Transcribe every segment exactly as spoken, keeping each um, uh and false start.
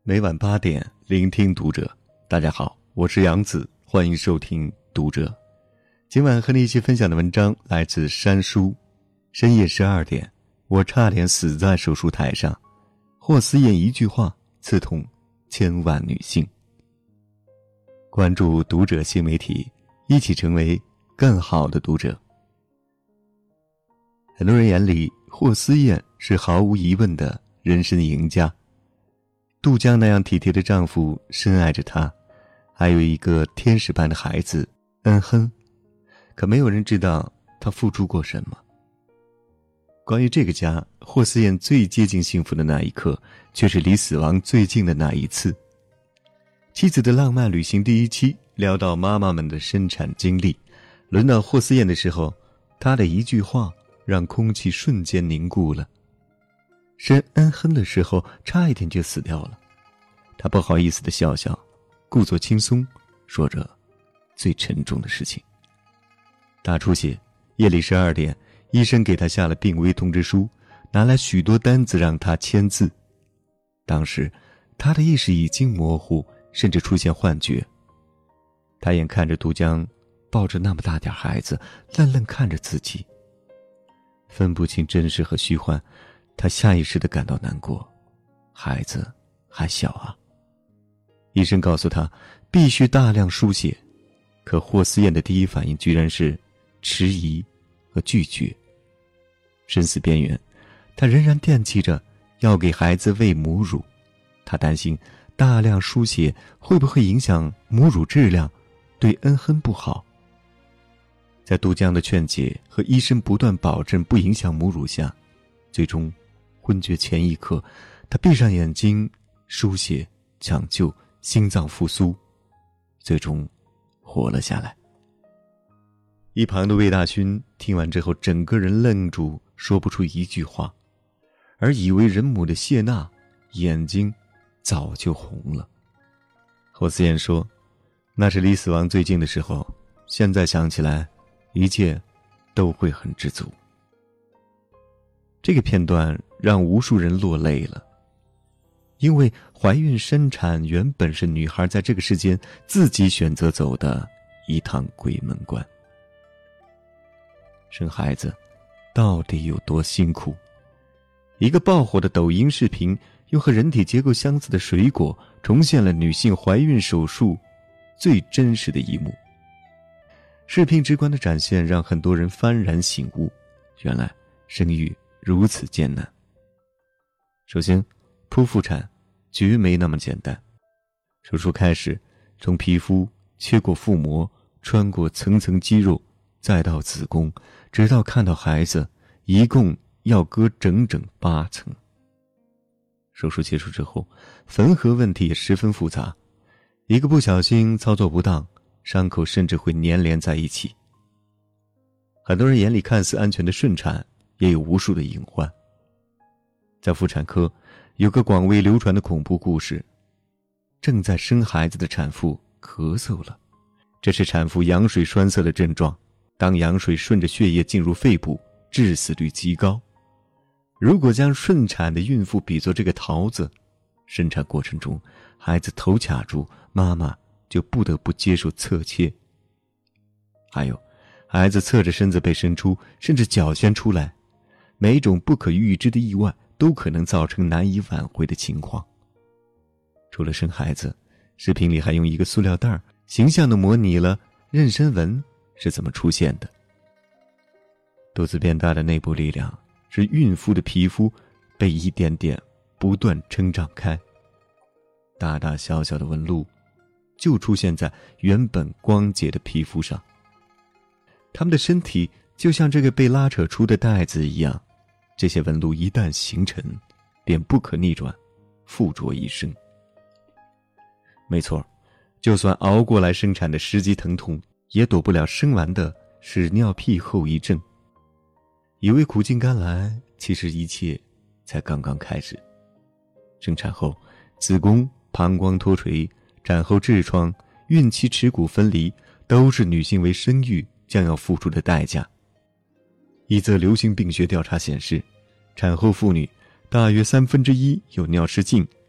每晚八点，聆听读者。大家好，我是杨子，欢迎收听读者。今晚和你一起分享的文章来自山书。深夜十二点，我差点死在手术台上。霍思燕一句话刺痛千万女性。关注读者新媒体，一起成为更好的读者。很多人眼里，霍思燕是毫无疑问的人生赢家。杜江那样体贴的丈夫深爱着她，还有一个天使般的孩子恩亨，可没有人知道她付出过什么。关于这个家，霍思燕最接近幸福的那一刻，却是离死亡最近的那一次。妻子的浪漫旅行第一期聊到妈妈们的生产经历，轮到霍思燕的时候，她的一句话让空气瞬间凝固了。生恩亨的时候差一点就死掉了，他不好意思地笑笑，故作轻松说着最沉重的事情。大出血，夜里十二点，医生给他下了病危通知书，拿来许多单子让他签字。当时他的意识已经模糊，甚至出现幻觉。他眼看着杜江抱着那么大点孩子愣愣看着自己，分不清真实和虚幻，他下意识地感到难过，孩子还小啊。医生告诉他必须大量输血，可霍思燕的第一反应居然是迟疑和拒绝。生死边缘，他仍然惦记着要给孩子喂母乳，他担心大量输血会不会影响母乳质量，对恩亨不好。在杜江的劝解和医生不断保证不影响母乳下，最终昏厥前一刻，他闭上眼睛输血抢救心脏复苏，最终活了下来。一旁的魏大勋听完之后，整个人愣住，说不出一句话。而以为人母的谢娜眼睛早就红了。霍思燕说，那是离死亡最近的时候，现在想起来一切都会很知足。这个片段让无数人落泪了，因为怀孕生产原本是女孩在这个世间自己选择走的一趟鬼门关。生孩子到底有多辛苦？一个爆火的抖音视频用和人体结构相似的水果重现了女性怀孕手术最真实的一幕。视频直观的展现让很多人幡然醒悟，原来生育如此艰难。首先，剖腹产绝没那么简单。手术开始，从皮肤切过腹膜，穿过层层肌肉，再到子宫，直到看到孩子，一共要割整整八层。手术结束之后，缝合问题也十分复杂，一个不小心操作不当，伤口甚至会粘连在一起。很多人眼里看似安全的顺产也有无数的隐患。在妇产科有个广为流传的恐怖故事，正在生孩子的产妇咳嗽了，这是产妇羊水栓塞的症状，当羊水顺着血液进入肺部，致死率极高。如果将顺产的孕妇比作这个桃子，生产过程中孩子头卡住，妈妈就不得不接受侧切。还有孩子侧着身子被生出，甚至脚先出来，每一种不可预知的意外都可能造成难以挽回的情况。除了生孩子，视频里还用一个塑料袋形象地模拟了妊娠纹是怎么出现的。肚子变大的内部力量是孕妇的皮肤被一点点不断撑胀开，大大小小的纹路就出现在原本光洁的皮肤上。他们的身体就像这个被拉扯出的带子一样，这些纹路一旦形成，便不可逆转，附着一生。没错，就算熬过来生产的十级疼痛，也躲不了生完的屎尿屁后遗症。以为苦尽甘来，其实一切才刚刚开始。生产后，子宫、膀胱脱垂，产后痔疮、孕期耻骨分离，都是女性为生育将要付出的代价。一则流行病学调查显示，产后妇女大约三分之一有尿失禁，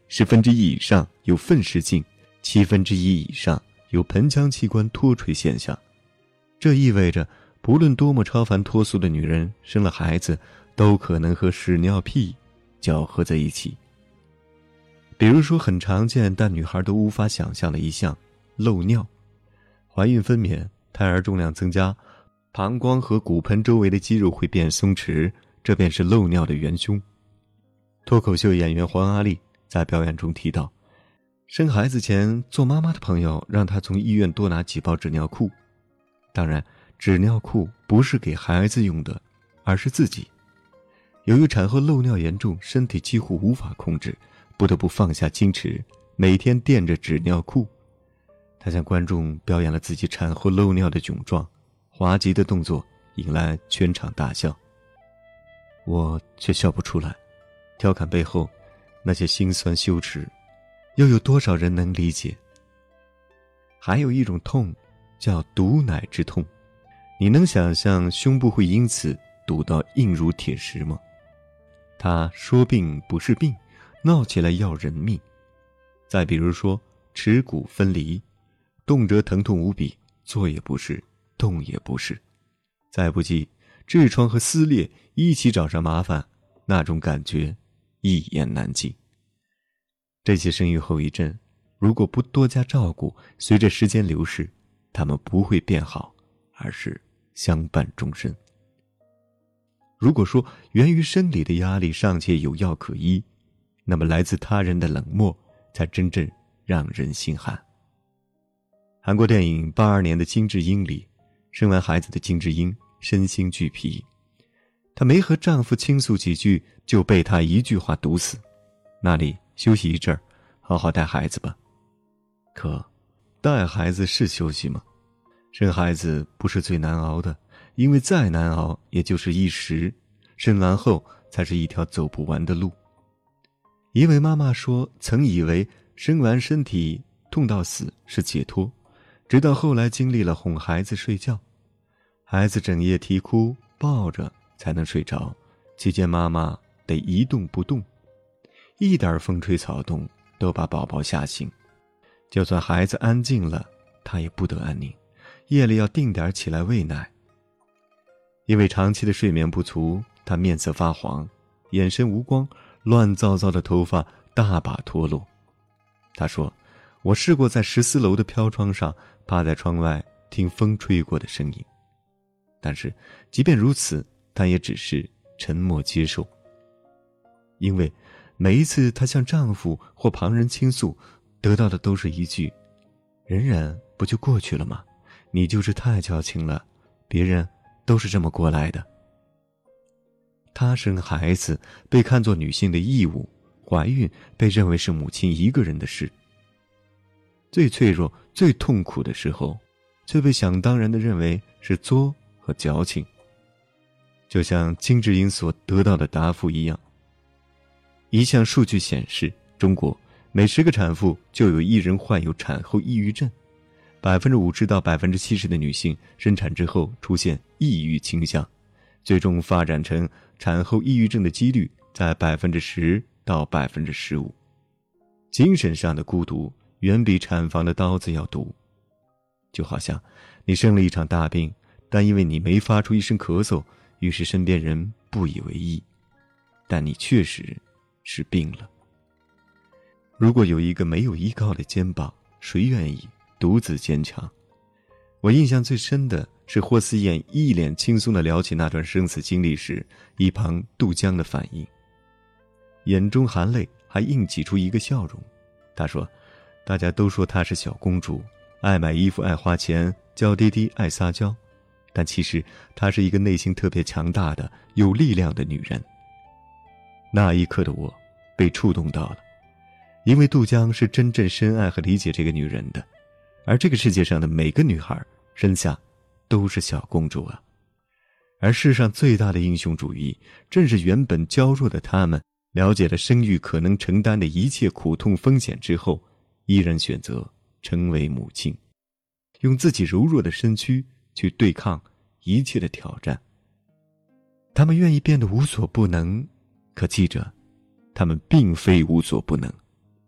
十分之一以上有粪失禁，七分之一以上有盆腔器官脱垂现象。这意味着不论多么超凡脱俗的女人生了孩子，都可能和屎尿屁搅合在一起。比如说很常见但女孩都无法想象的一项，漏尿。怀孕分娩，胎儿重量增加，膀胱和骨盆周围的肌肉会变松弛，这便是漏尿的元凶。脱口秀演员黄阿丽在表演中提到，生孩子前做妈妈的朋友让她从医院多拿几包纸尿裤。当然，纸尿裤不是给孩子用的，而是自己。由于产后漏尿严重，身体几乎无法控制，不得不放下矜持，每天垫着纸尿裤。她向观众表演了自己产后漏尿的窘状，滑稽的动作引来全场大笑。我却笑不出来，调侃背后那些辛酸羞耻，又有多少人能理解？还有一种痛叫堵奶之痛，你能想象胸部会因此堵到硬如铁石吗？它说病不是病，闹起来要人命。再比如说耻骨分离，动辄疼痛无比，坐也不是，动也不是。再不济痔疮和撕裂一起找上麻烦，那种感觉一言难尽。这些生育后遗症如果不多加照顾，随着时间流逝，它们不会变好，而是相伴终身。如果说源于生理的压力尚且有药可医，那么来自他人的冷漠才真正让人心寒。韩国电影八二年的金智英里，生完孩子的金智英身心俱疲，她没和丈夫倾诉几句，就被他一句话毒死。那里休息一阵儿，好好带孩子吧。可带孩子是休息吗？生孩子不是最难熬的，因为再难熬也就是一时，生完后才是一条走不完的路。一位妈妈说，曾以为生完身体痛到死是解脱，直到后来经历了哄孩子睡觉，孩子整夜啼哭，抱着才能睡着，期间妈妈得一动不动，一点风吹草动都把宝宝吓醒。就算孩子安静了，她也不得安宁，夜里要定点起来喂奶。因为长期的睡眠不足，她面色发黄，眼神无光，乱糟糟的头发大把脱落。她说，我试过在十四楼的飘窗上趴在窗外听风吹过的声音，但是即便如此，她也只是沉默接受。因为每一次她向丈夫或旁人倾诉，得到的都是一句，忍忍不就过去了吗？你就是太矫情了，别人都是这么过来的。她生孩子被看作女性的义务，怀孕被认为是母亲一个人的事。最脆弱最痛苦的时候，却被想当然地认为是作和矫情。就像金智英所得到的答复一样，一项数据显示，中国每十个产妇就有一人患有产后抑郁症，百分之五十到百分之七十的女性生产之后出现抑郁倾向，最终发展成产后抑郁症的几率在百分之十到百分之十五。精神上的孤独远比产房的刀子要毒。就好像你生了一场大病，但因为你没发出一声咳嗽，于是身边人不以为意，但你确实是病了。如果有一个没有依靠的肩膀，谁愿意独自坚强？我印象最深的是霍思燕一脸轻松地聊起那段生死经历时，一旁杜江的反应，眼中含泪，还硬挤出一个笑容。他说，大家都说她是小公主，爱买衣服，爱花钱，娇滴滴，爱撒娇，但其实她是一个内心特别强大的有力量的女人。那一刻的我被触动到了，因为杜江是真正深爱和理解这个女人的，而这个世界上的每个女孩生下都是小公主啊。而世上最大的英雄主义，正是原本娇弱的她们了解了生育可能承担的一切苦痛风险之后，依然选择成为母亲，用自己柔弱的身躯去对抗一切的挑战。她们愿意变得无所不能，可记着，她们并非无所不能，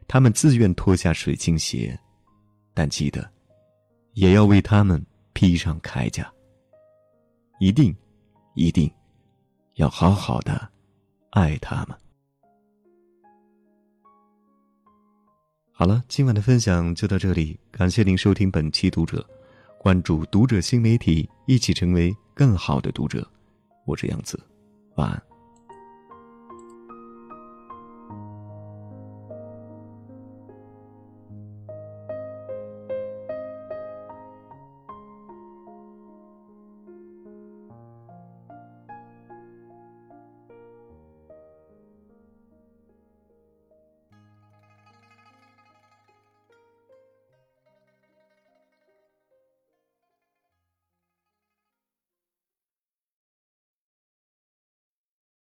他们自愿脱下水晶鞋，但记得也要为他们披上铠甲。一定一定要好好的爱他们。好了，今晚的分享就到这里，感谢您收听本期读者，关注读者新媒体，一起成为更好的读者。我是杨子，晚安。